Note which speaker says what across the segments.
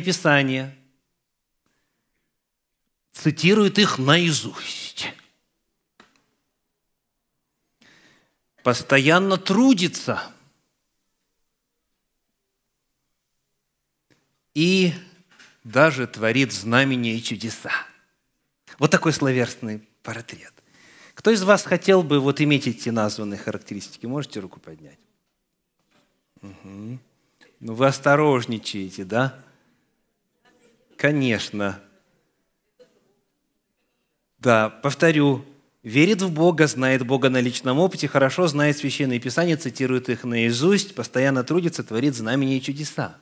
Speaker 1: Писания, цитирует их наизусть, постоянно трудится и даже творит знамения и чудеса. Вот такой словесный портрет. Кто из вас хотел бы иметь эти названные характеристики? Можете руку поднять? Угу. Вы осторожничаете, да? Конечно. Да, повторю. Верит в Бога, знает Бога на личном опыте, хорошо знает Священные Писания, цитирует их наизусть, постоянно трудится, творит знамения и чудеса.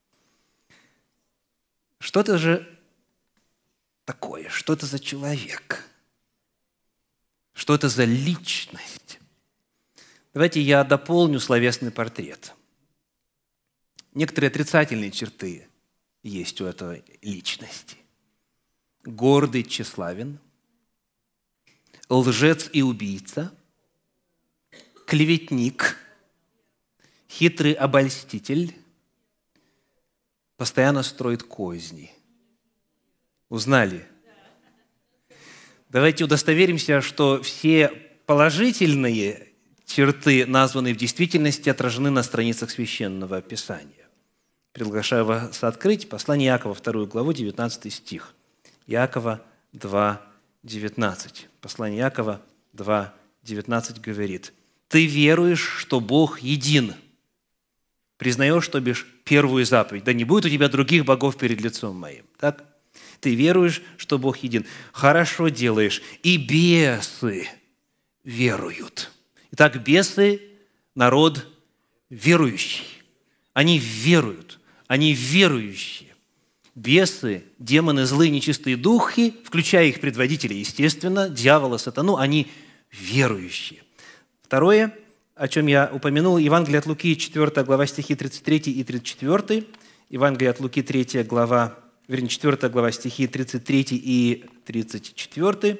Speaker 1: Что это же такое? Что это за человек? Что это за личность? Давайте я дополню словесный портрет. Некоторые отрицательные черты есть у этой личности. Гордый, тщеславен, лжец и убийца, клеветник, хитрый обольститель, постоянно строит козни. Узнали? Давайте удостоверимся, что все положительные черты, названные в действительности, отражены на страницах Священного Писания. Приглашаю вас открыть послание Иакова, 2 главу, 19 стих. Иакова 2, 19. Послание Иакова 2, 19 говорит: «Ты веруешь, что Бог един, признаешь, что бишь первую заповедь, да не будет у тебя других богов перед лицом моим». Так? Ты веруешь, что Бог един. Хорошо делаешь. И бесы веруют. Итак, бесы – народ верующий. Они веруют. Они верующие. Бесы, демоны, злые, нечистые духи, включая их предводителя, естественно, дьявола, сатану, они верующие. Второе, о чем я упомянул, Евангелие от Луки, 4 глава, стихи 33 и 34. Евангелие от Луки, 4 глава, стихи 33 и 34.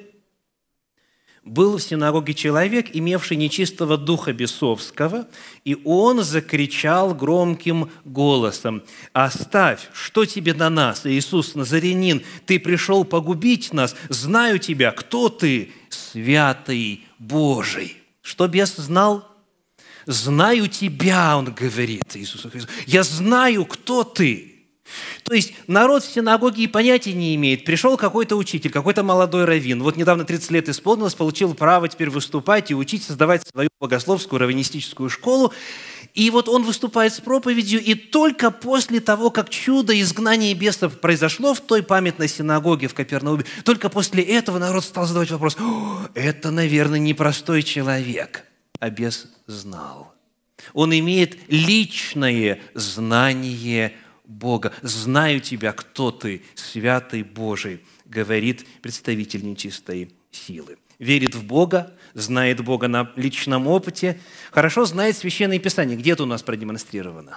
Speaker 1: «Был в синагоге человек, имевший нечистого духа бесовского, и он закричал громким голосом: „Оставь, что тебе до нас, Иисус Назарянин? Ты пришел погубить нас. Знаю тебя, кто ты, святый Божий“». Что бес знал? «Знаю тебя», он говорит Иисусу Христу. «Я знаю, кто ты». То есть народ в синагоге и понятия не имеет. Пришел какой-то учитель, какой-то молодой раввин. Недавно 30 лет исполнилось, получил право теперь выступать и учить, создавать свою богословскую раввинистическую школу. И он выступает с проповедью, и только после того, как чудо изгнания бесов произошло в той памятной синагоге в Капернауме, только после этого народ стал задавать вопрос: это, наверное, непростой человек. А бес знал. Он имеет личное знание Бога. «Знаю тебя, кто ты, святый Божий», говорит представитель нечистой силы. Верит в Бога, знает Бога на личном опыте, хорошо знает Священное Писание. Где это у нас продемонстрировано?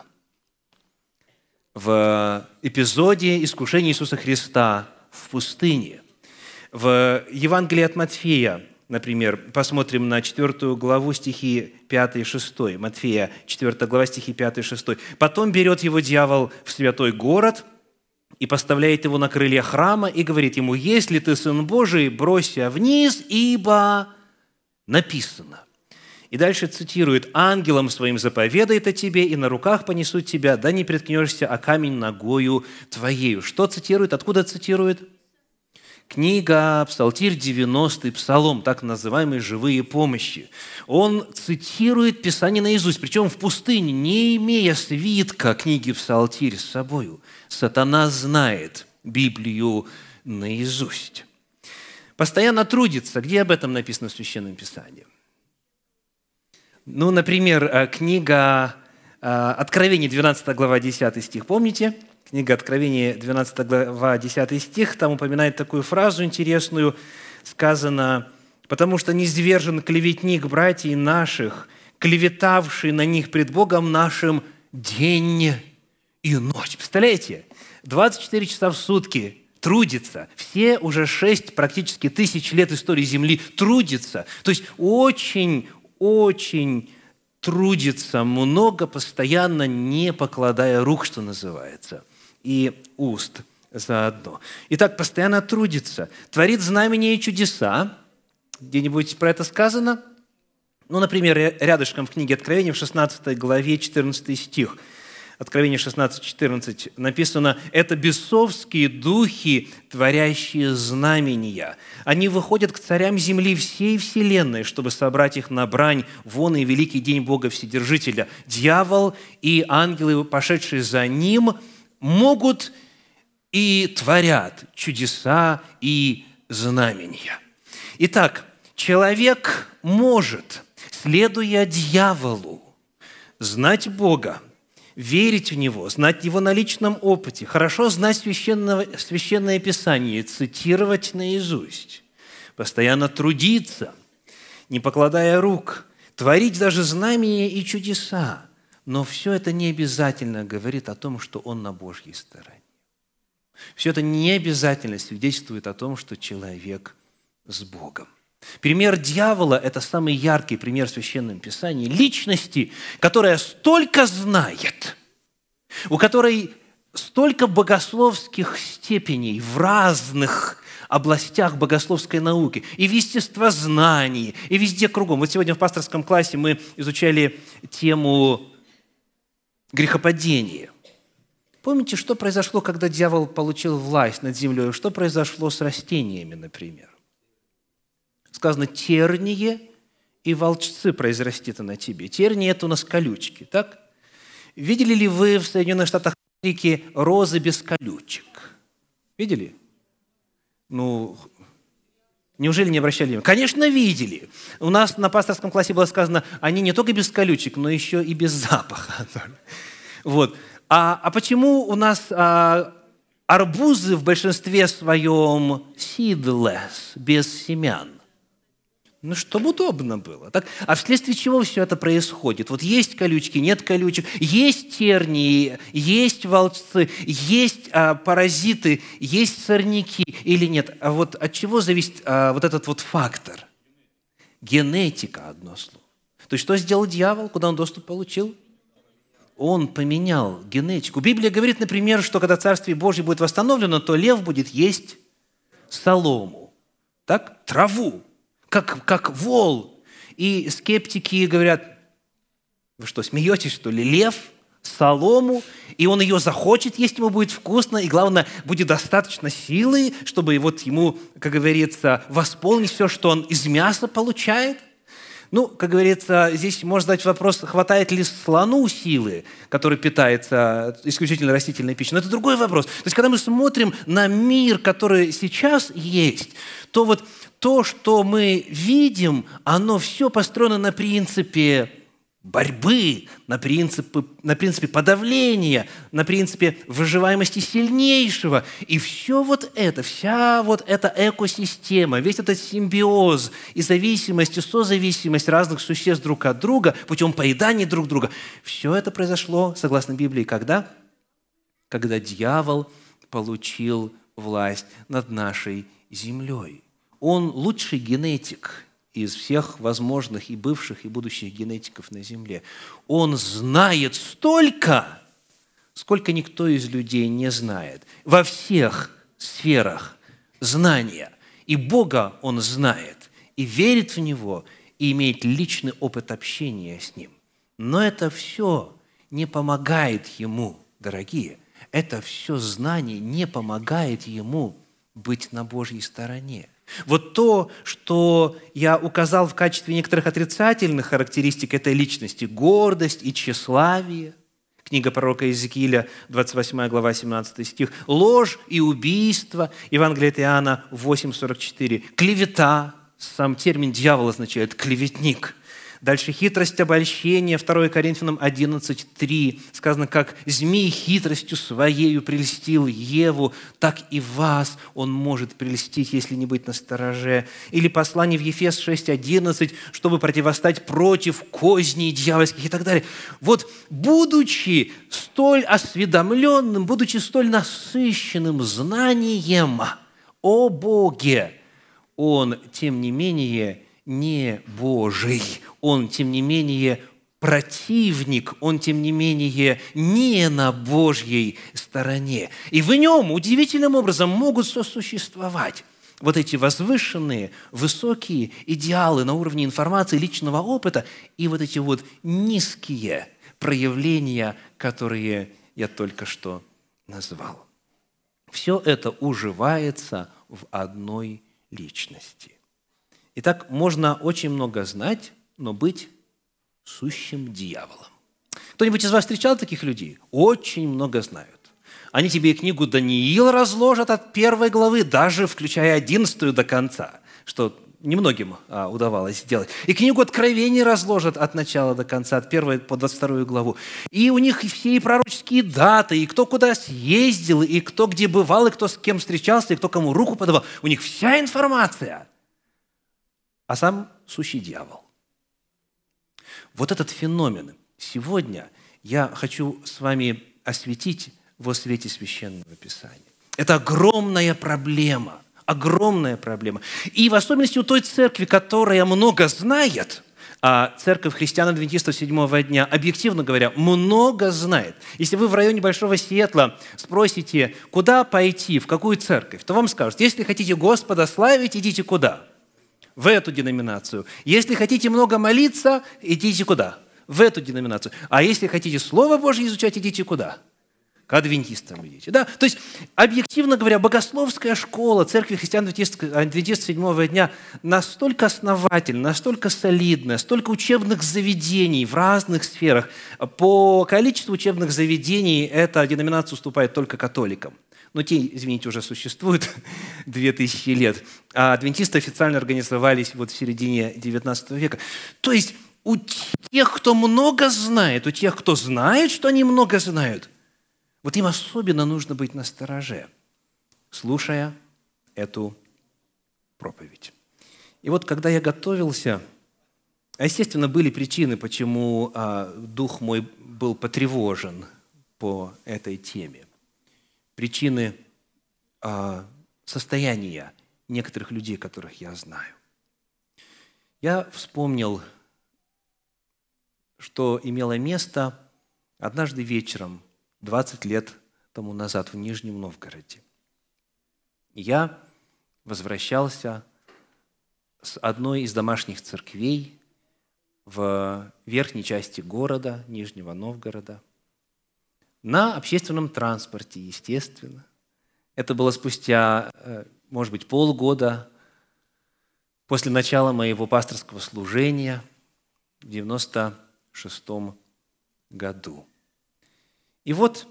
Speaker 1: В эпизоде искушения Иисуса Христа в пустыне. В Евангелии от Матфея, например, посмотрим на 4 главу, стихи 5 и 6. Матфея, 4 глава, стихи 5 и 6. «Потом берет его дьявол в святой город и поставляет его на крылья храма и говорит ему: „Если ты Сын Божий, бросься вниз, ибо написано“». И дальше цитирует: «Ангелом своим заповедает о тебе, и на руках понесут тебя, да не приткнешься о камень ногою твоею». Что цитирует? Откуда цитирует? Книга Псалтирь 90, Псалом, так называемые живые помощи. Он цитирует Писание наизусть, причем в пустыне, не имея свитка книги Псалтирь с собою. Сатана знает Библию наизусть. Постоянно трудится. Где об этом написано в Священном Писании? Например, книга Откровение, 12 глава, 10 стих. Помните? Книга Откровения, 12 глава, 10 стих, там упоминает такую фразу интересную, сказано: «Потому что низвержен клеветник братьев наших, клеветавший на них пред Богом нашим день и ночь». Представляете? 24 часа в сутки трудится. Все уже 6 практически тысяч лет истории Земли трудится. То есть очень трудится много, постоянно не покладая рук, что называется. и уст заодно. Итак, постоянно трудится, творит знамения и чудеса. Где-нибудь про это сказано? Ну, например, рядышком в книге Откровения, в 16 главе, 14 стих. Откровение 16:14 написано: «Это бесовские духи, творящие знамения. Они выходят к царям земли всей вселенной, чтобы собрать их на брань, вон и великий день Бога Вседержителя. Дьявол и ангелы, пошедшие за ним, могут и творят чудеса и знамения». Итак, человек может, следуя дьяволу, знать Бога, верить в Него, знать Его на личном опыте, хорошо знать Священное Писание, цитировать наизусть, постоянно трудиться, не покладая рук, творить даже знамения и чудеса. Но все это не обязательно говорит о том, что он на Божьей стороне. Все это не обязательно свидетельствует о том, что человек с Богом. Пример дьявола – это самый яркий пример в Священном Писании личности, которая столько знает, у которой столько богословских степеней в разных областях богословской науки, и в естествознании, и везде кругом. Вот сегодня в пасторском классе мы изучали тему грехопадения. Помните, что произошло, когда дьявол получил власть над землей? Что произошло с растениями, например? Сказано: терние и волчцы произрастет на тебе. Тернии – это у нас колючки, так? Видели ли вы в Соединенных Штатах Америки розы без колючек? Видели? Ну, неужели не обращали внимания? Конечно, видели. У нас на пасторском классе было сказано: они не только без колючек, но еще и без запаха. Вот. А почему у нас арбузы в большинстве своем seedless, без семян? Ну, чтобы удобно было. Так? А вследствие чего все это происходит? Вот есть колючки, нет колючек, есть тернии, есть волчцы, есть паразиты, есть сорняки или нет. А вот от чего зависит вот этот вот фактор? Генетика, одно слово. То есть что сделал дьявол, куда он доступ получил? Он поменял генетику. Библия говорит, например, что когда Царствие Божье будет восстановлено, то лев будет есть солому, так? Траву, как вол. И скептики говорят: вы что, смеетесь, что ли? Лев, солому, и он ее захочет есть, ему будет вкусно, и главное, будет достаточно силы, чтобы вот ему, как говорится, восполнить все, что он из мяса получает. Ну, как говорится, здесь можно задать вопрос, хватает ли слону силы, который питается исключительно растительной пищей. Но это другой вопрос. То есть, когда мы смотрим на мир, который сейчас есть, то вот то, что мы видим, оно все построено на принципе борьбы, на принципе подавления, на принципе выживаемости сильнейшего. И все вот это, вся вот эта экосистема, весь этот симбиоз и зависимость, и созависимость разных существ друг от друга путем поедания друг друга, все это произошло, согласно Библии, когда? Когда дьявол получил власть над нашей землей. Он лучший генетик из всех возможных и бывших, и будущих генетиков на земле. Он знает столько, сколько никто из людей не знает. Во всех сферах знания. И Бога он знает, и верит в Него, и имеет личный опыт общения с Ним. Но это все не помогает ему, дорогие. Это все знание не помогает ему быть на Божьей стороне. Вот то, что я указал в качестве некоторых отрицательных характеристик этой личности – гордость и тщеславие. Книга пророка Иезекииля, 28 глава, 17 стих. Ложь и убийство. Евангелие от Иоанна 8:44. Клевета. Сам термин «дьявол» означает «клеветник». Дальше хитрость обольщения, 2 Коринфянам 11:3. Сказано, как змей хитростью своею прельстил Еву, так и вас он может прельстить, если не быть настороже. Или послание в Ефес 6:11, чтобы противостать против козней дьявольских и так далее. Вот, будучи столь осведомленным, будучи столь насыщенным знанием о Боге, он, тем не менее, не Божий. Он, тем не менее, противник, он, тем не менее, не на Божьей стороне. И в нем удивительным образом могут сосуществовать вот эти возвышенные, высокие идеалы на уровне информации, личного опыта и вот эти вот низкие проявления, которые я только что назвал. Все это уживается в одной личности. Итак, можно очень много знать, но быть сущим дьяволом. Кто-нибудь из вас встречал таких людей? Очень много знают. Они тебе и книгу Даниил разложат от 1 главы, даже включая 11 до конца, что немногим удавалось сделать. И книгу Откровений разложат от начала до конца, от 1 по 22 главу. И у них все и пророческие даты, и кто куда съездил, и кто где бывал, и кто с кем встречался, и кто кому руку подавал. У них вся информация. А сам сущий дьявол. Вот этот феномен сегодня я хочу с вами осветить во свете Священного Писания. Это огромная проблема. Огромная проблема. И в особенности у той церкви, которая много знает, а церковь христиан-адвентистов седьмого дня, объективно говоря, много знает. Если вы в районе Большого Сиэтла спросите, куда пойти, в какую церковь, то вам скажут, если хотите Господа славить, идите куда? В эту деноминацию. Если хотите много молиться, идите куда? В эту деноминацию. А если хотите Слово Божье изучать, идите куда? К адвентистам идите. Да? То есть, объективно говоря, богословская школа церкви христиан-адвентистов седьмого дня настолько основательна, настолько солидная, столько учебных заведений в разных сферах. По количеству учебных заведений эта деноминация уступает только католикам. Но те, извините, уже существуют 2000 лет. А адвентисты официально организовались вот в середине XIX века. То есть у тех, кто много знает, у тех, кто знает, что они много знают, вот им особенно нужно быть настороже, слушая эту проповедь. И вот когда я готовился, естественно, были причины, почему дух мой был потревожен по этой теме. Причины состояния некоторых людей, которых я знаю. Я вспомнил, что имело место однажды вечером, 20 лет тому назад, в Нижнем Новгороде. Я возвращался с одной из домашних церквей в верхней части города, Нижнего Новгорода, на общественном транспорте, естественно. Это было спустя, может быть, полгода после начала моего пасторского служения в 1996 году. И вот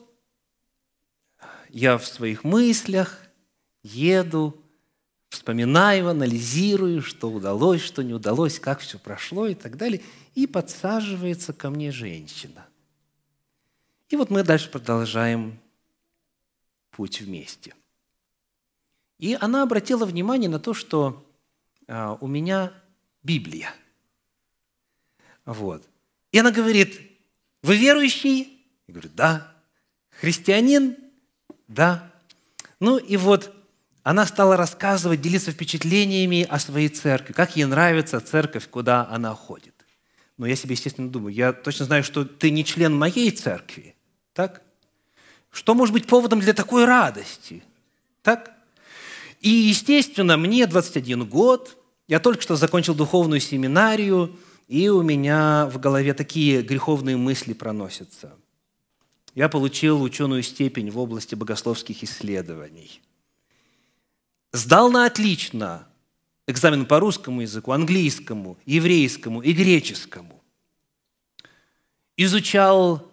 Speaker 1: я в своих мыслях еду, вспоминаю, анализирую, что удалось, что не удалось, как все прошло и так далее. И подсаживается ко мне женщина. И вот мы дальше продолжаем путь вместе. И она обратила внимание на то, что у меня Библия. Вот. И она говорит, вы верующий? Я говорю, да. Христианин? Да. Ну и вот она стала рассказывать, делиться впечатлениями о своей церкви, как ей нравится церковь, куда она ходит. Но я себе, естественно, думаю, я точно знаю, что ты не член моей церкви. Так? Что может быть поводом для такой радости? Так? И, естественно, мне 21 год, я только что закончил духовную семинарию, и у меня в голове такие греховные мысли проносятся. Я получил ученую степень в области богословских исследований. Сдал на отлично экзамен по русскому языку, английскому, еврейскому и греческому. Изучал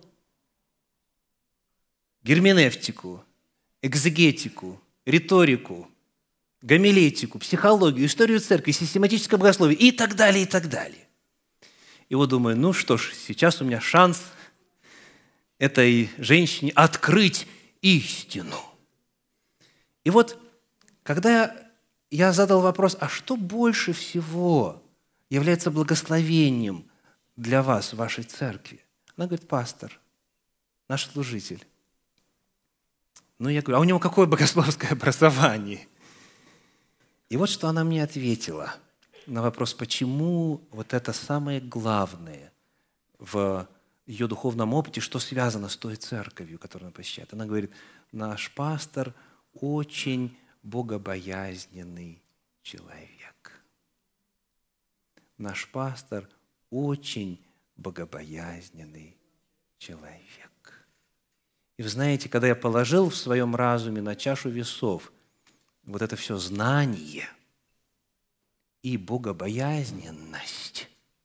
Speaker 1: герменевтику, экзегетику, риторику, гомилетику, психологию, историю церкви, систематическое богословие и так далее, и так далее. И вот думаю, ну что ж, сейчас у меня шанс этой женщине открыть истину. И вот, когда я задал вопрос, а что больше всего является благословением для вас в вашей церкви? Она говорит, пастор, наш служитель. Ну, я говорю, а у него какое богословское образование? И вот что она мне ответила на вопрос, почему вот это самое главное в ее духовном опыте, что связано с той церковью, которую она посещает. Она говорит, наш пастор очень богобоязненный человек. Наш пастор очень богобоязненный человек. И вы знаете, когда я положил в своем разуме на чашу весов вот это все знание и богобоязненность,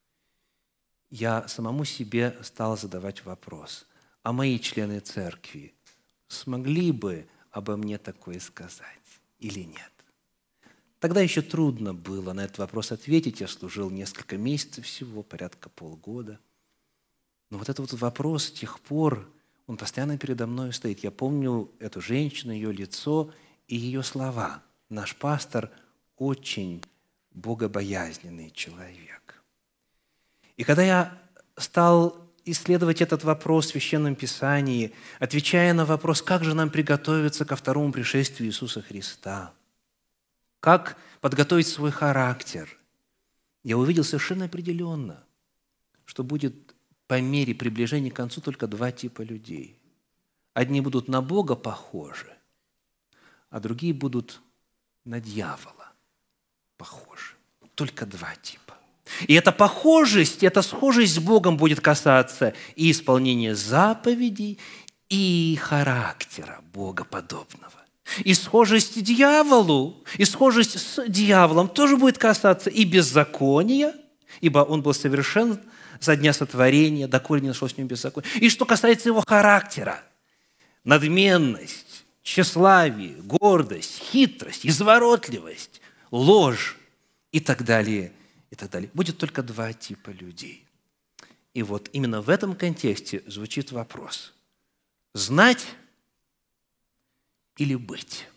Speaker 1: я самому себе стал задавать вопрос, а мои члены церкви смогли бы обо мне такое сказать или нет? Тогда еще трудно было на этот вопрос ответить. Я служил несколько месяцев всего, порядка полгода. Но вот этот вот вопрос с тех пор, он постоянно передо мной стоит. Я помню эту женщину, ее лицо и ее слова. Наш пастор очень богобоязненный человек. И когда я стал исследовать этот вопрос в Священном Писании, отвечая на вопрос, как же нам приготовиться ко второму пришествию Иисуса Христа, как подготовить свой характер, я увидел совершенно определенно, что будет по мере приближения к концу только два типа людей. Одни будут на Бога похожи, а другие будут на дьявола похожи. Только два типа. И эта похожесть, эта схожесть с Богом будет касаться и исполнения заповедей, и характера Богоподобного. И схожесть дьяволу, и схожесть с дьяволом тоже будет касаться и беззакония, ибо он был совершен со дня сотворения, доколе не нашлось в нем беззакония. И что касается его характера, надменность, тщеславие, гордость, хитрость, изворотливость, ложь и так далее, и так далее. Будет только два типа людей. И вот именно в этом контексте звучит вопрос: знать или быть?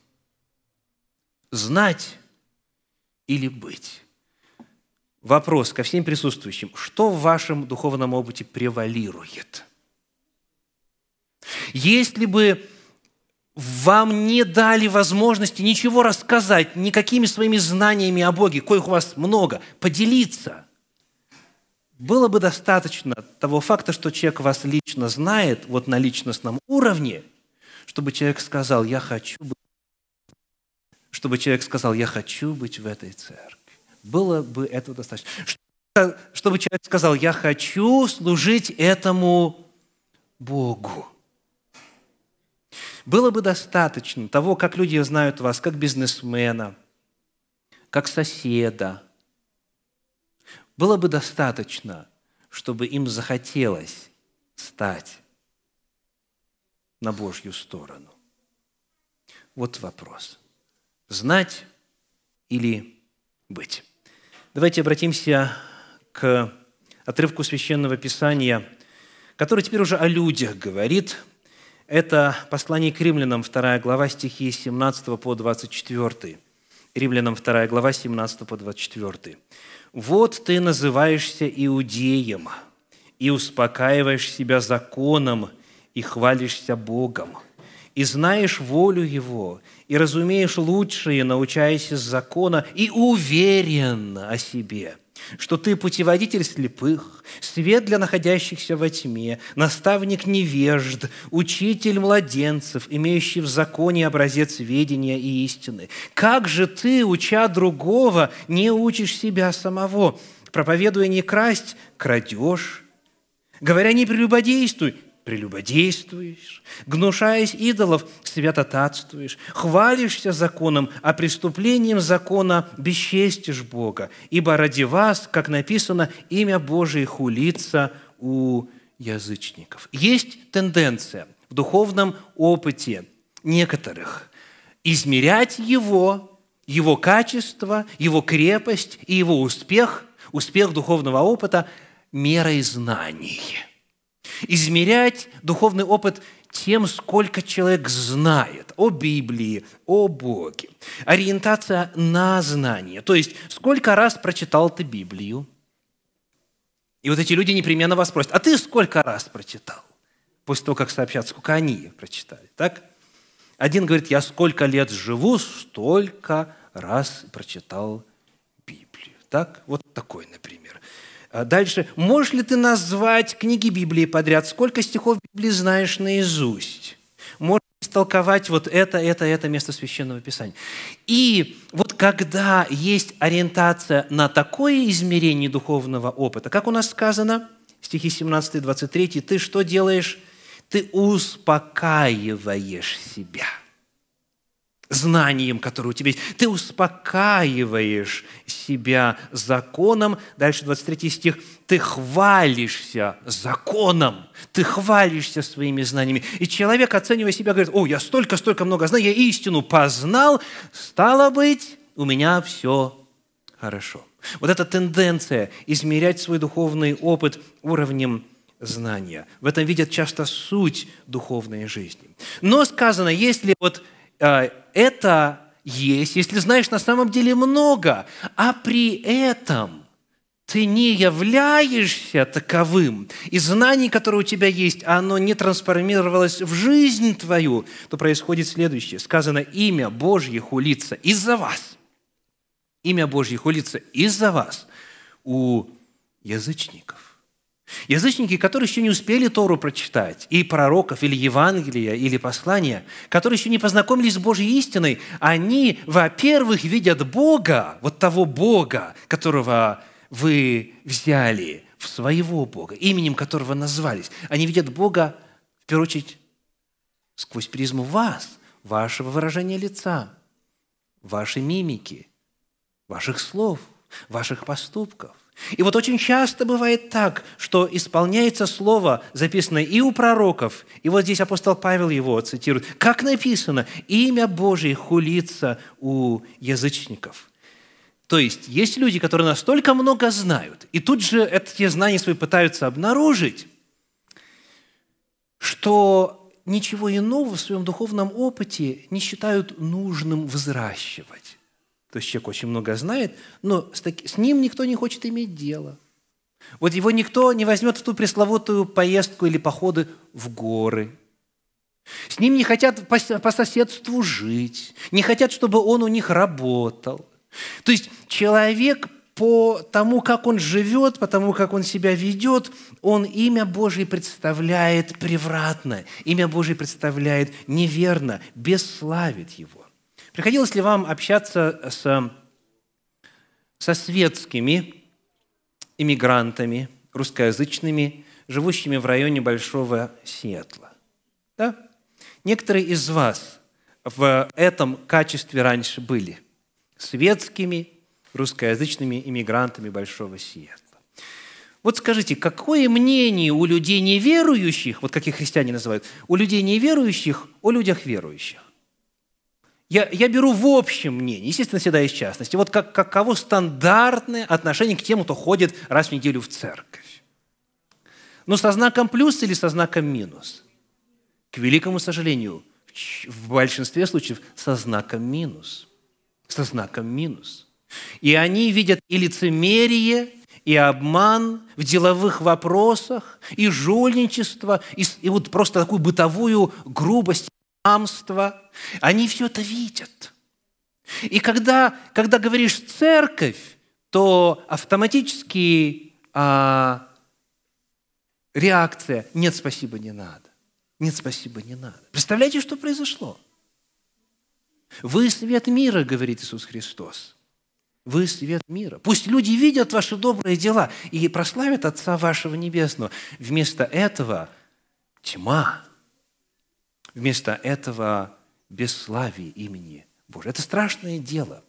Speaker 1: Знать или быть? Вопрос ко всем присутствующим: что в вашем духовном опыте превалирует? Если бы вам не дали возможности ничего рассказать, никакими своими знаниями о Боге, коих у вас много, поделиться, было бы достаточно того факта, что человек вас лично знает, вот на личностном уровне, чтобы человек сказал: я хочу быть в этой церкви. Было бы этого достаточно. Чтобы человек сказал: я хочу служить этому Богу. Было бы достаточно того, как люди знают вас, как бизнесмена, как соседа. Было бы достаточно, чтобы им захотелось стать на Божью сторону. Вот вопрос: знать или быть? Давайте обратимся к отрывку Священного Писания, который теперь уже о людях говорит. Это послание к Римлянам, 2 глава, стихи с 17 по 24. Римлянам 2 глава, 17 по 24. «Вот ты называешься иудеем, и успокаиваешь себя законом, и хвалишься Богом, и знаешь волю Его, и разумеешь лучшее, научаясь из закона, и уверен о себе, что ты путеводитель слепых, свет для находящихся во тьме, наставник невежд, учитель младенцев, имеющий в законе образец ведения и истины. Как же ты, уча другого, не учишь себя самого? Проповедуя не красть, крадешь, говоря не прелюбодействуй, прелюбодействуешь, гнушаясь идолов, святотатствуешь, хвалишься законом, а преступлением закона бесчестишь Бога, ибо ради вас, как написано, имя Божие хулится у язычников». Есть тенденция в духовном опыте некоторых измерять его качество, его крепость и его успех духовного опыта мерой знаний. Измерять духовный опыт тем, сколько человек знает о Библии, о Боге. Ориентация на знание. То есть, сколько раз прочитал ты Библию? И вот эти люди непременно вас спросят: а ты сколько раз прочитал? После того, как сообщат, сколько они прочитали. Так? Один говорит: я сколько лет живу, столько раз прочитал Библию. Так? Вот такой, например. Дальше. Можешь ли ты назвать книги Библии подряд? Сколько стихов Библии знаешь наизусть? Можешь истолковать вот это место Священного Писания. И вот когда есть ориентация на такое измерение духовного опыта, как у нас сказано, стихи 17 и 23, ты что делаешь? Ты успокаиваешь себя знанием, которое у тебя есть. Ты успокаиваешь себя законом. Дальше 23 стих. Ты хвалишься законом. Ты хвалишься своими знаниями. И человек, оценивая себя, говорит: о, я столько много знаю, я истину познал, стало быть, у меня все хорошо. Вот эта тенденция измерять свой духовный опыт уровнем знания. В этом видят часто суть духовной жизни. Но сказано, если вот это есть, если знаешь на самом деле много, а при этом ты не являешься таковым, и знание, которое у тебя есть, оно не трансформировалось в жизнь твою, то происходит следующее. Сказано, имя Божье хулится из-за вас. Имя Божье хулится из-за вас у язычников. Язычники, которые еще не успели Тору прочитать, и пророков, или Евангелия, или послания, которые еще не познакомились с Божьей истиной, они, во-первых, видят Бога, вот того Бога, которого вы взяли в своего Бога, именем которого назвались. Они видят Бога, в первую очередь, сквозь призму вас, вашего выражения лица, вашей мимики, ваших слов, ваших поступков. И вот очень часто бывает так, что исполняется слово, записанное и у пророков, и вот здесь апостол Павел его цитирует, как написано, имя Божие хулится у язычников. То есть есть люди, которые настолько много знают, и тут же эти знания свои пытаются обнаружить, что ничего иного в своем духовном опыте не считают нужным взращивать. То есть человек очень много знает, но с ним никто не хочет иметь дело. Вот его никто не возьмет в ту пресловутую поездку или походы в горы. С ним не хотят по соседству жить, не хотят, чтобы он у них работал. То есть человек по тому, как он живет, по тому, как он себя ведет, он имя Божие представляет превратно, имя Божие представляет неверно, бесславит его. Приходилось ли вам общаться со светскими иммигрантами, русскоязычными, живущими в районе Большого Сиэтла? Да? Некоторые из вас в этом качестве раньше были светскими, русскоязычными иммигрантами Большого Сиэтла. Вот скажите, какое мнение у людей неверующих, вот как их христиане называют, у людей неверующих о людях верующих? Я беру в общем мнение, естественно, всегда есть частности. Вот каково стандартное отношение к тем, кто ходит раз в неделю в церковь? Но со знаком плюс или со знаком минус? К великому сожалению, в большинстве случаев со знаком минус. Со знаком минус. И они видят и лицемерие, и обман в деловых вопросах, и жульничество, и вот просто такую бытовую грубость, хамство. Они все это видят. И когда говоришь «церковь», то автоматически реакция «нет, спасибо, не надо». «Нет, спасибо, не надо». Представляете, что произошло? «Вы свет мира», говорит Иисус Христос. Вы свет мира. Пусть люди видят ваши добрые дела и прославят Отца вашего Небесного. Вместо этого тьма. Вместо этого бесславие имени Божьего. Это страшное дело.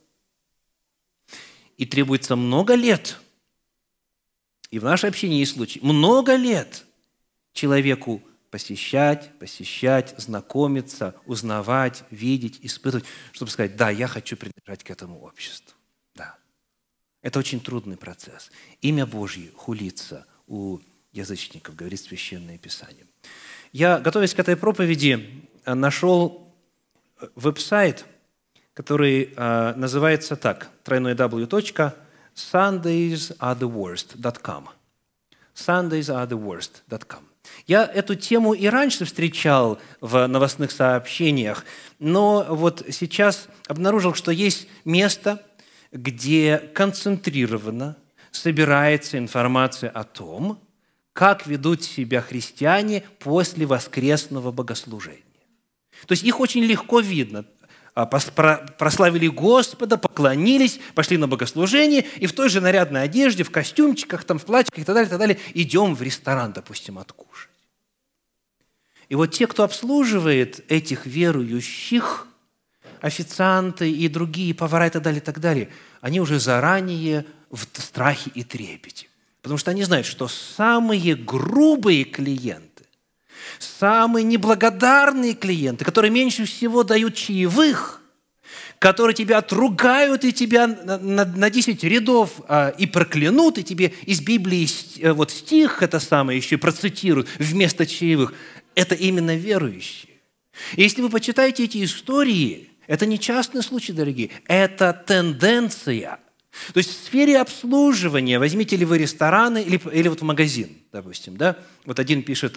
Speaker 1: И требуется много лет. И в нашей общине есть случай. Много лет человеку посещать, знакомиться, узнавать, видеть, испытывать, чтобы сказать, да, я хочу принадлежать к этому обществу. Да. Это очень трудный процесс. Имя Божье хулится у язычников, говорит Священное Писание. Я, готовясь к этой проповеди, нашел веб-сайт, который называется так, www.sundaysartheworst.com. sundaysartheworst.com. Я эту тему и раньше встречал в новостных сообщениях, но вот сейчас обнаружил, что есть место, где концентрированно собирается информация о том, как ведут себя христиане после воскресного богослужения. То есть их очень легко видно. Прославили Господа, поклонились, пошли на богослужение, и в той же нарядной одежде, в костюмчиках, там, в платьиках и так далее, идем в ресторан, допустим, откушать. И вот те, кто обслуживает этих верующих, официанты и другие повара и так далее, они уже заранее в страхе и трепете. Потому что они знают, что самые грубые клиенты, самые неблагодарные клиенты, которые меньше всего дают чаевых, которые тебя отругают и тебя на 10 рядов и проклянут, и тебе из Библии вот стих это самое еще и процитируют вместо чаевых, это именно верующие. И если вы почитаете эти истории, это не частный случай, дорогие, это тенденция. То есть в сфере обслуживания, возьмите ли вы рестораны или вот в магазин, допустим, да? Вот один пишет,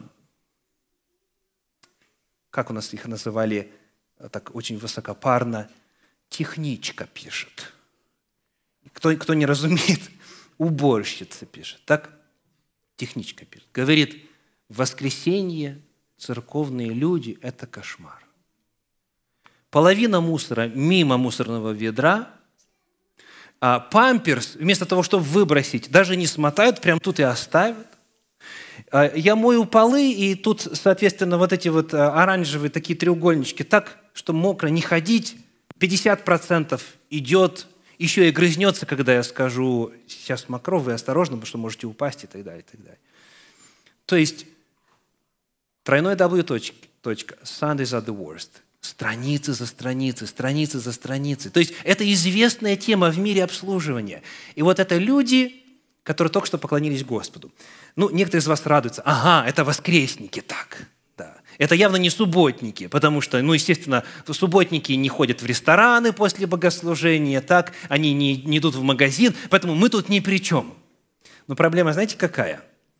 Speaker 1: как у нас их называли так очень высокопарно, техничка пишет. Кто не разумеет, уборщица пишет, так? Техничка пишет. Говорит, в воскресенье церковные люди – это кошмар. Половина мусора мимо мусорного ведра, а памперс, вместо того, чтобы выбросить, даже не смотают, прям тут и оставят. Я мою полы, и тут, соответственно, вот эти вот оранжевые такие треугольнички, так, что мокро не ходить, 50% идет, еще и грызнется, когда я скажу, сейчас мокро, вы осторожны, потому что можете упасть и так далее, и так далее. То есть, тройной W. Sundays are the worst. Страницы за страницей, страницы за страницей. То есть это известная тема в мире обслуживания. И вот это люди, которые только что поклонились Господу. Ну, некоторые из вас радуются. Ага, это воскресники, так. Да. Это явно не субботники, потому что, естественно, субботники не ходят в рестораны после богослужения, так, они не идут в магазин, поэтому мы тут ни при чем. Но проблема, знаете, какая?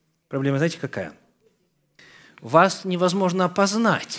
Speaker 1: Вас невозможно опознать.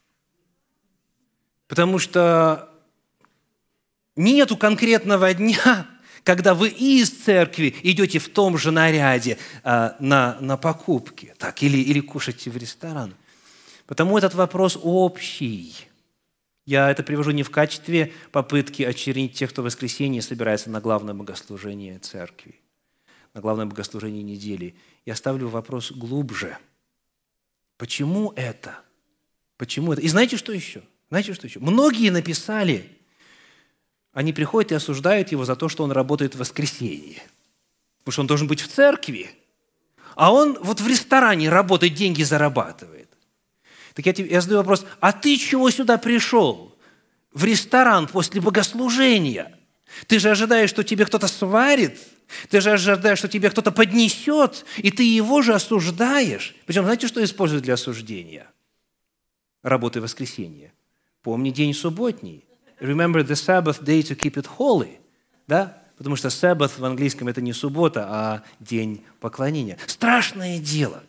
Speaker 1: Потому что нету конкретного дня, когда вы из церкви идете в том же наряде на покупки, так, или кушаете в ресторан. Потому этот вопрос общий. Я это привожу не в качестве попытки очернить тех, кто в воскресенье собирается на главное богослужение церкви, на главное богослужение недели. Я ставлю вопрос глубже. Почему это? И знаете, что еще? Многие написали, они приходят и осуждают его за то, что он работает в воскресенье. Потому что он должен быть в церкви, а он вот в ресторане работает, деньги зарабатывает. Так я задаю вопрос, а ты чего сюда пришел? В ресторан после богослужения? Ты же ожидаешь, что тебе кто-то сварит? Ты же ожидаешь, что тебе кто-то поднесет? И ты его же осуждаешь? Причем знаете, что используют для осуждения? Работы в воскресенье. Помни день субботний. Remember the Sabbath day to keep it holy. Да? Потому что Sabbath в английском это не суббота, а день поклонения. Страшное дело.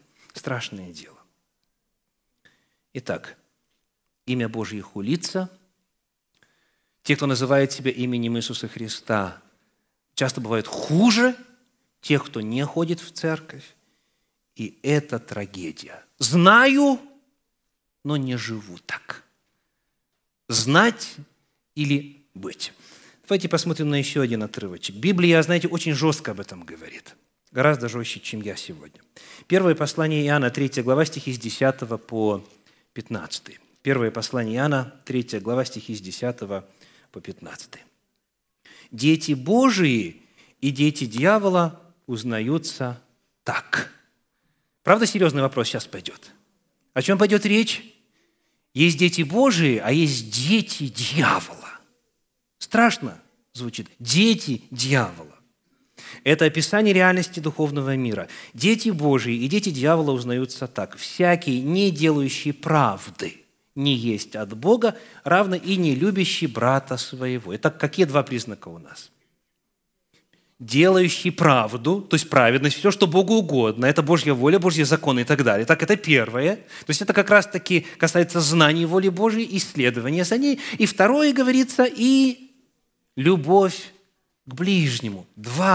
Speaker 1: Итак, имя Божье хулится. Те, кто называет себя именем Иисуса Христа, часто бывают хуже тех, кто не ходит в церковь. И это трагедия. Знаю, но не живу так. Знать или быть. Давайте посмотрим на еще один отрывочек. Библия, знаете, очень жестко об этом говорит. Гораздо жестче, чем я сегодня. Первое послание Иоанна, 3 глава, стихи с 10 по 15. Первое послание Иоанна, 3 глава, стихи с 10 по 15. «Дети Божии и дети дьявола узнаются так». Правда, серьезный вопрос сейчас пойдет? О чем пойдет речь? Есть дети Божии, а есть дети дьявола. Страшно звучит. Дети дьявола. Это описание реальности духовного мира. Дети Божии и дети дьявола узнаются так. «Всякий, не делающий правды, не есть от Бога, равно и не любящий брата своего». Это какие два признака у нас? Делающий правду, то есть праведность, все, что Богу угодно, это Божья воля, Божьи законы и так далее. Так, это первое. То есть это как раз-таки касается знаний воли Божьей, исследования за ней. И второе, говорится, и любовь к ближнему. Два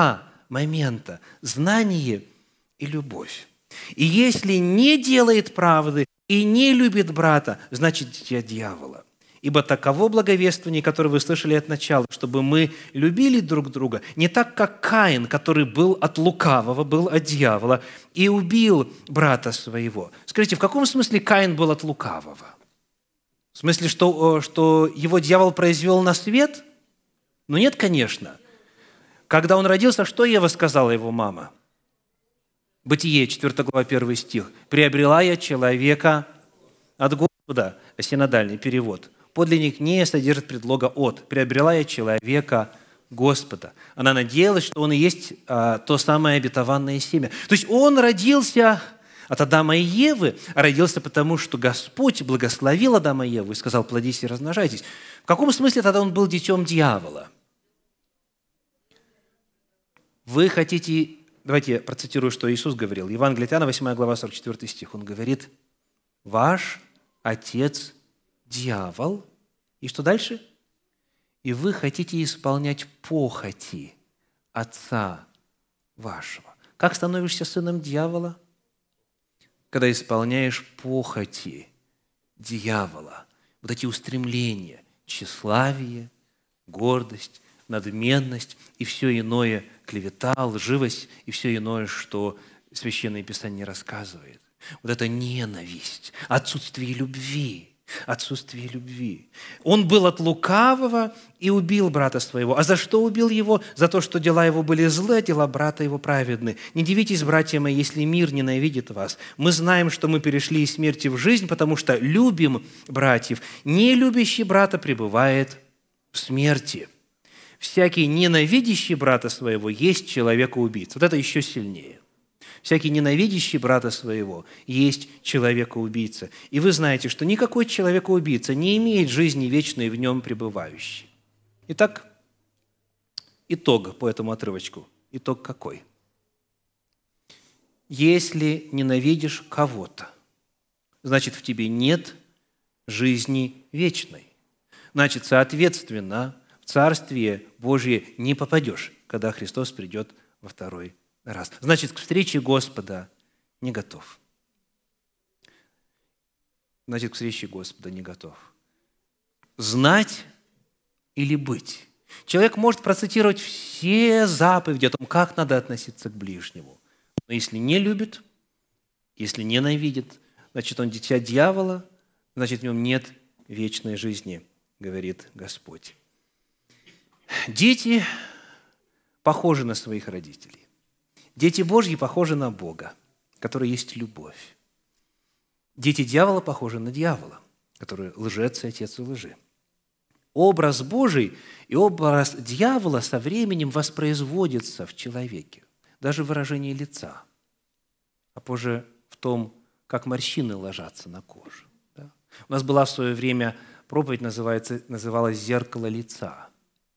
Speaker 1: момента – знание и любовь. И если не делает правды и не любит брата, значит, дитя дьявола. Ибо таково благовествование, которое вы слышали от начала, чтобы мы любили друг друга, не так, как Каин, который был от лукавого, был от дьявола, и убил брата своего. Скажите, в каком смысле Каин был от лукавого? В смысле, что его дьявол произвел на свет? Ну нет, конечно. Когда он родился, что Ева сказала его мама? Бытие, 4 глава, 1 стих. «Приобрела я человека от Господа», синодальный перевод. Подлинник не содержит предлога «от». «Приобрела я человека Господа». Она надеялась, что он и есть то самое обетованное семя. То есть он родился от Адама и Евы, а родился потому, что Господь благословил Адама и Еву и сказал: «Плодись и размножайтесь». В каком смысле тогда он был детем дьявола? Вы хотите... Давайте я процитирую, что Иисус говорил. Евангелие от Иоанна, 8 глава, 44 стих. Он говорит: «Ваш отец дьявол». И что дальше? «И вы хотите исполнять похоти отца вашего». Как становишься сыном дьявола? Когда исполняешь похоти дьявола. Вот эти устремления, тщеславие, гордость, надменность и все иное, клевета, лживость и все иное, что Священное Писание рассказывает. Вот это ненависть, отсутствие любви. Отсутствие любви. Он был от лукавого и убил брата своего. А за что убил его? За то, что дела его были злые, а дела брата его праведны. Не дивитесь, братья мои, если мир ненавидит вас. Мы знаем, что мы перешли из смерти в жизнь, потому что любим братьев. Не любящий брата пребывает в смерти. Всякий ненавидящий брата своего есть человека-убийца. Вот это еще сильнее. Всякий ненавидящий брата своего есть человека-убийца. И вы знаете, что никакой человека-убийца не имеет жизни вечной в нем пребывающей. Итак, итог по этому отрывочку. Итог какой? Если ненавидишь кого-то, значит, в тебе нет жизни вечной. Значит, соответственно, в Царствие Божие не попадешь, когда Христос придет во второй раз. Значит, к встрече Господа не готов. Значит, к встрече Господа не готов. Знать или быть. Человек может процитировать все заповеди о том, как надо относиться к ближнему. Но если не любит, если ненавидит, значит, он дитя дьявола, значит, в нем нет вечной жизни, говорит Господь. Дети похожи на своих родителей. Дети Божьи похожи на Бога, который есть любовь. Дети дьявола похожи на дьявола, который лжец и отец лжи. Образ Божий и образ дьявола со временем воспроизводятся в человеке, даже в выражении лица, а позже в том, как морщины ложатся на кожу. Да? У нас была в свое время проповедь, называлась «Зеркало лица».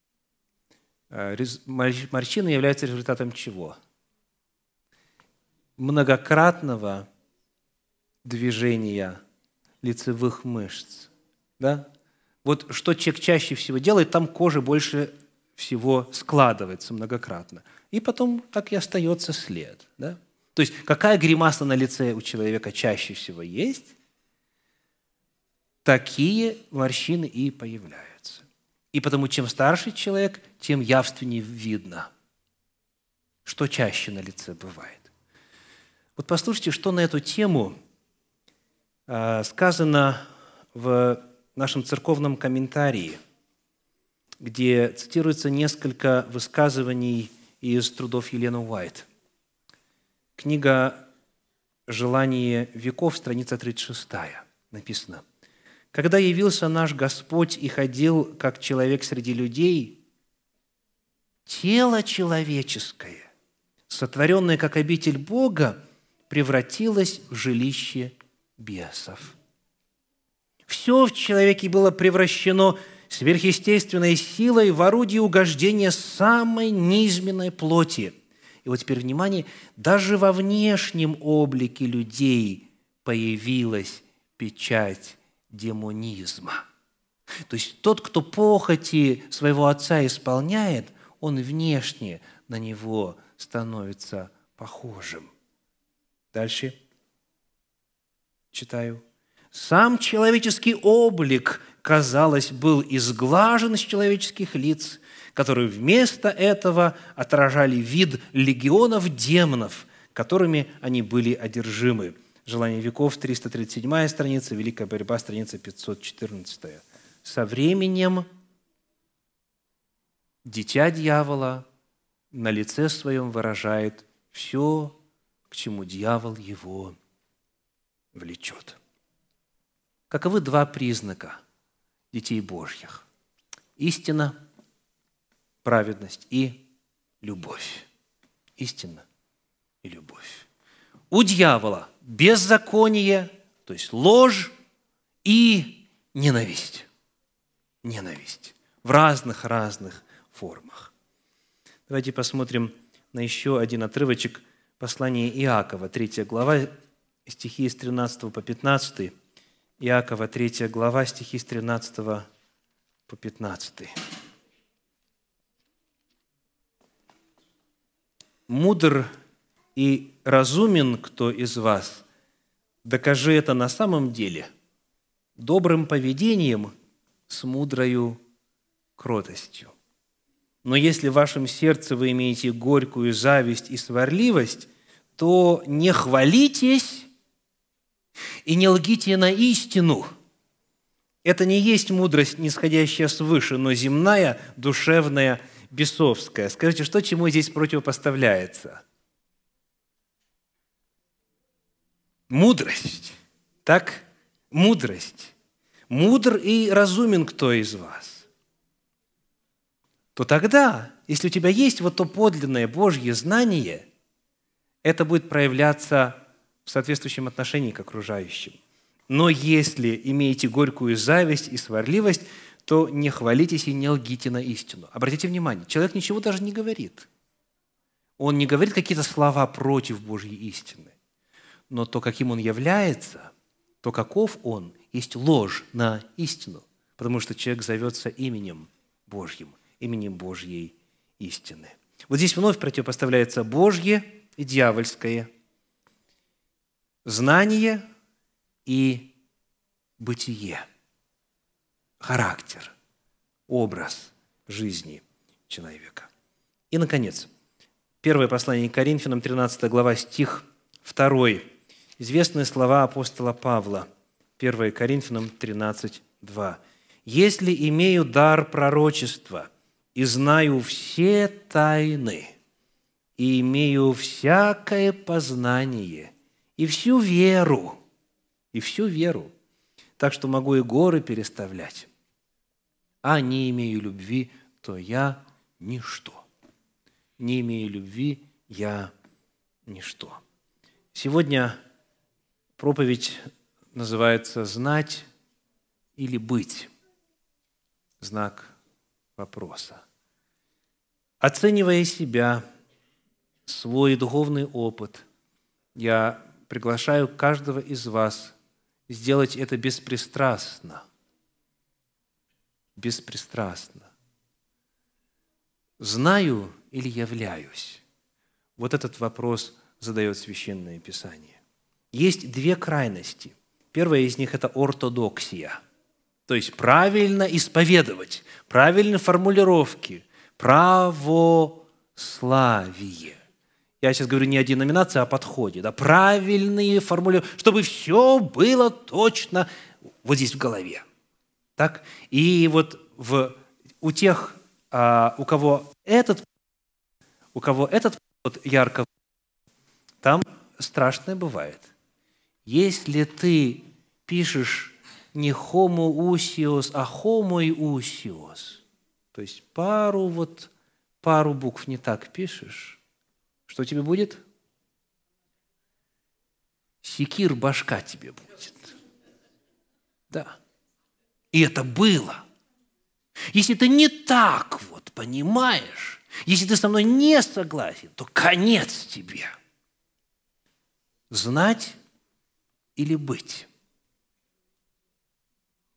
Speaker 1: Морщины являются результатом чего? Многократного движения лицевых мышц. Да? Вот что человек чаще всего делает, там кожа больше всего складывается многократно. И потом так и остается след. Да? То есть какая гримаса на лице у человека чаще всего есть, такие морщины и появляются. И потому чем старше человек, тем явственнее видно, что чаще на лице бывает. Вот послушайте, что на эту тему сказано в нашем церковном комментарии, где цитируется несколько высказываний из трудов Елены Уайт. Книга «Желание веков», страница 36, написано: «Когда явился наш Господь и ходил, как человек среди людей, тело человеческое, сотворенное как обитель Бога, превратилось в жилище бесов». Все в человеке было превращено сверхъестественной силой в орудие угождения самой низменной плоти. И вот теперь внимание, даже во внешнем облике людей появилась печать демонизма. То есть тот, кто похоти своего отца исполняет, он внешне на него становится похожим. Дальше читаю. Сам человеческий облик, казалось, был изглажен с человеческих лиц, которые вместо этого отражали вид легионов демонов, которыми они были одержимы. «Желание веков», 337 страница, «Великая борьба», страница 514. Со временем дитя дьявола на лице своем выражает все, к чему дьявол его влечет. Каковы два признака детей Божьих? Истина, праведность и любовь. Истина и любовь. У дьявола беззаконие, то есть ложь и ненависть. Ненависть в разных формах. Давайте посмотрим на еще один отрывочек послания Иакова, 3 глава, стихи с 13 по 15. Иакова, 3 глава, стихи с 13 по 15. «Мудр и разумен кто из вас, докажи это на самом деле добрым поведением с мудрою кротостью. Но если в вашем сердце вы имеете горькую зависть и сварливость, то не хвалитесь и не лгите на истину. Это не есть мудрость, нисходящая свыше, но земная, душевная, бесовская». Скажите, что чему здесь противопоставляется? Мудрость. Так? Мудрость. «Мудр и разумен кто из вас?» То тогда, если у тебя есть вот то подлинное Божье знание, это будет проявляться в соответствующем отношении к окружающим. Но если имеете горькую зависть и сварливость, то не хвалитесь и не лгите на истину. Обратите внимание, человек ничего даже не говорит. Он не говорит какие-то слова против Божьей истины. Но то, каким он является, то, каков он, есть ложь на истину, потому что человек зовется именем Божьим, именем Божьей истины. Вот здесь вновь противопоставляется Божье и дьявольское, знание и бытие, характер, образ жизни человека. И, наконец, первое послание к Коринфянам, 13 глава, стих 2. Известные слова апостола Павла, 1 Коринфянам 13, 2. «Если имею дар пророчества и знаю все тайны, и имею всякое познание, и всю веру, так что могу и горы переставлять, а не имею любви, то я ничто». Не имею любви, я ничто. Сегодня проповедь называется «Знать или быть?» Знак вопроса. Оценивая себя, свой духовный опыт, я приглашаю каждого из вас сделать это беспристрастно. Беспристрастно. Знаю или являюсь? Вот этот вопрос задает Священное Писание. Есть две крайности. Первая из них – это ортодоксия, то есть правильно исповедовать, правильные формулировки, православие. Я сейчас говорю не о деноминации, а о подходе. Да, правильные формулировки, чтобы все было точно вот здесь в голове. Так? И вот у тех, у кого этот вот ярко, там страшное бывает. Если ты пишешь не homoousios, а homoiousios, то есть пару букв не так пишешь, что тебе будет? Секир башка тебе будет. Да. И это было. Если ты не так вот понимаешь, если ты со мной не согласен, то конец тебе. Знать или быть?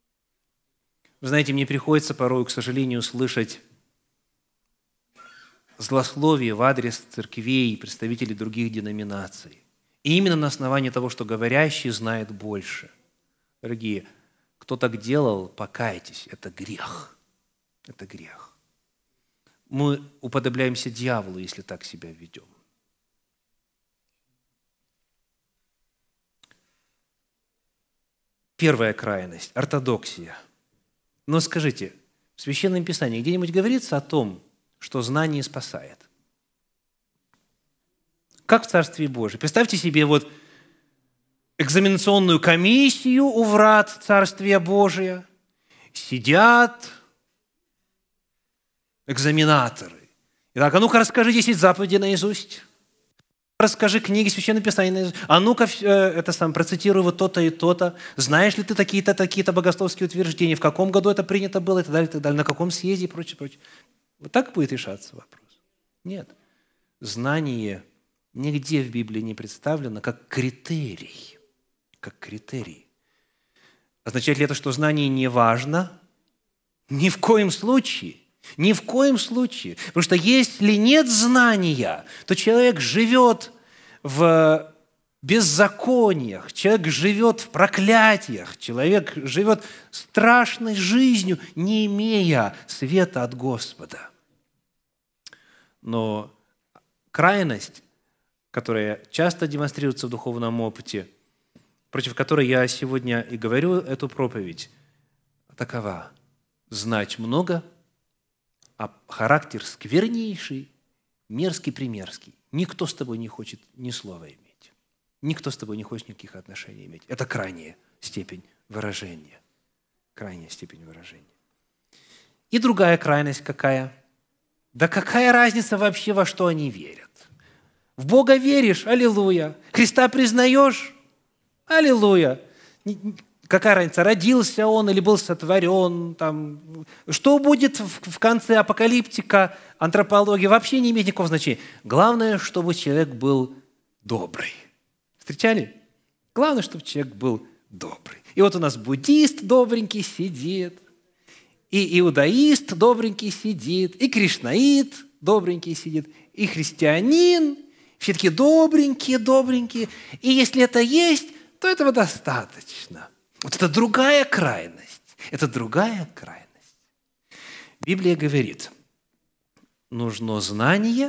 Speaker 1: Вы знаете, мне приходится порой, к сожалению, слышать злословие в адрес церквей и представителей других деноминаций. И именно на основании того, что говорящий знает больше. Дорогие, кто так делал, покайтесь, это грех. Это грех. Мы уподобляемся дьяволу, если так себя ведем. Первая крайность – ортодоксия. Но скажите, в Священном Писании где-нибудь говорится о том, что знание спасает? Как в Царстве Божьем. Представьте себе вот экзаменационную комиссию у врат Царствия Божия. Сидят экзаменаторы. Итак, а ну-ка расскажи 10 заповедей наизусть. Расскажи книги Священного Писания наизусть. А ну-ка процитируй вот то-то и то-то. Знаешь ли ты такие-то, такие-то богословские утверждения? В каком году это принято было и так далее, и так далее. На каком съезде и прочее, прочее. Вот так будет решаться вопрос? Нет. Знание нигде в Библии не представлено как критерий. Как критерий. Означает ли это, что знание не важно? Ни в коем случае. Ни в коем случае. Потому что если нет знания, то человек живет в беззакониях, человек живет в проклятиях, человек живет страшной жизнью, не имея света от Господа. Но крайность, которая часто демонстрируется в духовном опыте, против которой я сегодня и говорю эту проповедь, такова: знать много, а характер сквернейший, мерзкий-примерзкий. Никто с тобой не хочет ни слова иметь. Никто с тобой не хочет никаких отношений иметь. Это крайняя степень выражения. Крайняя степень выражения. И другая крайность какая? Да какая разница вообще, во что они верят? В Бога веришь? Аллилуйя. Христа признаешь? Аллилуйя. Какая разница, родился он или был сотворен? Там, что будет в конце апокалиптика, антропологии, вообще не имеет никакого значения. Главное, чтобы человек был добрый. Встречали? Главное, чтобы человек был добрый. И вот у нас буддист добренький сидит, и иудаист добренький сидит, и кришнаит добренький сидит, и христианин. Все такие добренькие. И если это есть, то этого достаточно. Вот это другая крайность. Это другая крайность. Библия говорит, нужно знание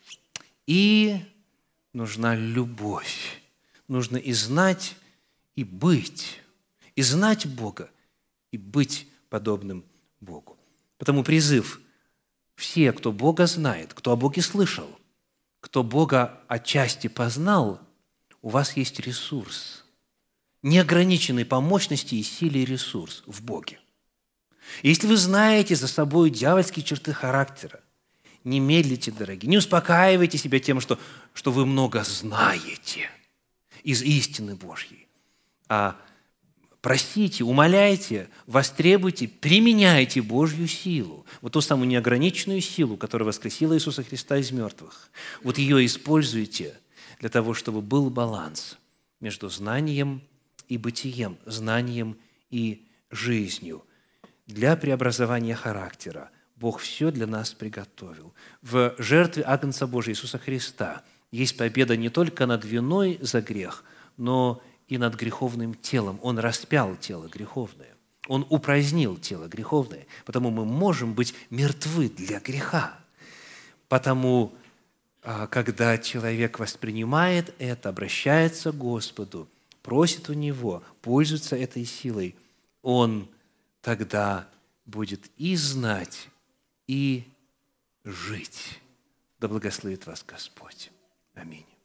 Speaker 1: и нужна любовь. Нужно и знать, и быть. И знать Бога, и быть подобным Богу. Потому призыв: все, кто Бога знает, кто о Боге слышал, кто Бога отчасти познал, у вас есть ресурс. Неограниченный по мощности и силе ресурс в Боге. И если вы знаете за собой дьявольские черты характера, не медлите, дорогие, не успокаивайте себя тем, что вы много знаете из истины Божьей, а просите, умоляйте, востребуйте, применяйте Божью силу, вот ту самую неограниченную силу, которая воскресила Иисуса Христа из мертвых. Вот ее используйте для того, чтобы был баланс между знанием и бытием, знанием и жизнью. Для преобразования характера Бог все для нас приготовил. В жертве Агнца Божия Иисуса Христа есть победа не только над виной за грех, но и над греховным телом. Он распял тело греховное. Он упразднил тело греховное. Потому мы можем быть мертвы для греха. Потому, когда человек воспринимает это, обращается к Господу, просит у Него, пользуется этой силой, он тогда будет и знать, и жить. Да благословит вас Господь. Аминь.